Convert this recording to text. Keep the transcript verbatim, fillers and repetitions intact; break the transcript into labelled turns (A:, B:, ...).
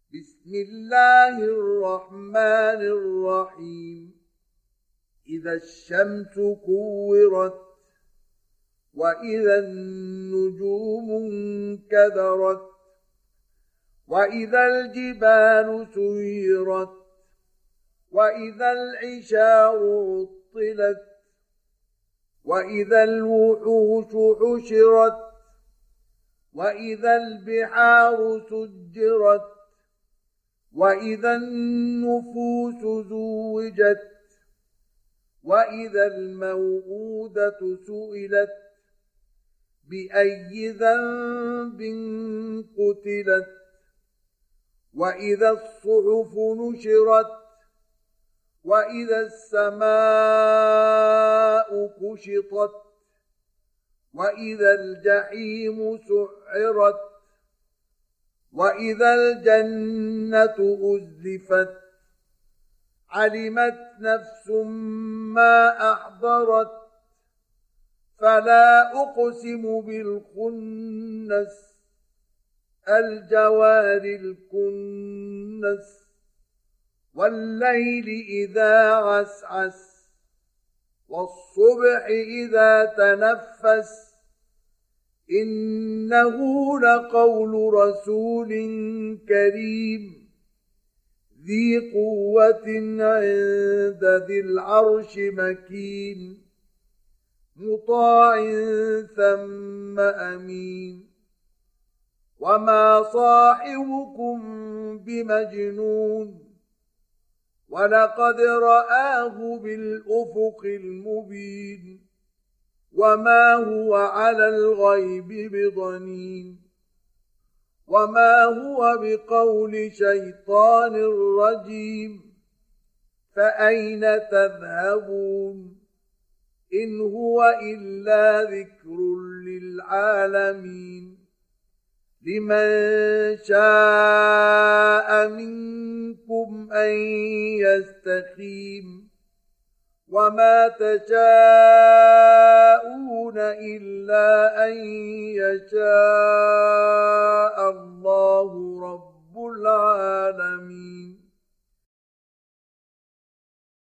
A: بسم الله الرحمن الرحيم إذا الشمس كورت وإذا النجوم انكدرت وإذا الجبال سيرت وإذا العشار عطلت وإذا الوحوش حشرت وإذا البحار سجرت وإذا النفوس زوجت وإذا الموءودة سئلت بأي ذنب قتلت وإذا الصحف نشرت وإذا السماء كشطت وإذا الجحيم سعرت وإذا الجنة أزلفت علمت نفس ما أحضرت فلا أقسم بالخنس الجوار الكنس والليل إذا عسعس والصبح إذا تنفس إنه لقول رسول كريم ذي قوة عند ذي العرش مكين مطاع ثم أمين وما صاحبكم بمجنون ولقد رآه بالأفق المبين وما هو على الغيب بضنين وما هو بقول شيطان رجيم فأين تذهبون إن هو إلا ذكر للعالمين لمن شاء منكم أن يستقيم وما تشاءون إلا أن يشاء الله رب العالمين.